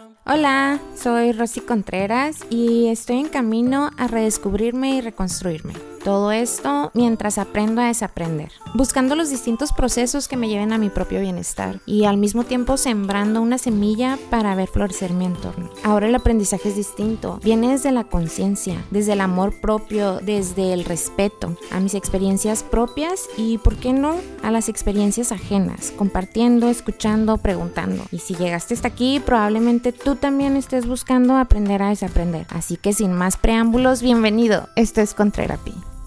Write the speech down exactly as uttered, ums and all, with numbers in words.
Hola, soy Rosy Contreras y estoy en camino a redescubrirme y reconstruirme. Todo esto mientras aprendo a desaprender, buscando los distintos procesos que me lleven a mi propio bienestar y al mismo tiempo sembrando una semilla para ver florecer mi entorno. Ahora el aprendizaje es distinto, viene desde la conciencia, desde el amor propio, desde el respeto a mis experiencias propias y, ¿por qué no?, a las experiencias ajenas, compartiendo, escuchando, preguntando. Y si llegaste hasta aquí, probablemente tú también estés buscando aprender a desaprender. Así que sin más preámbulos, bienvenido. Esto es Contreras.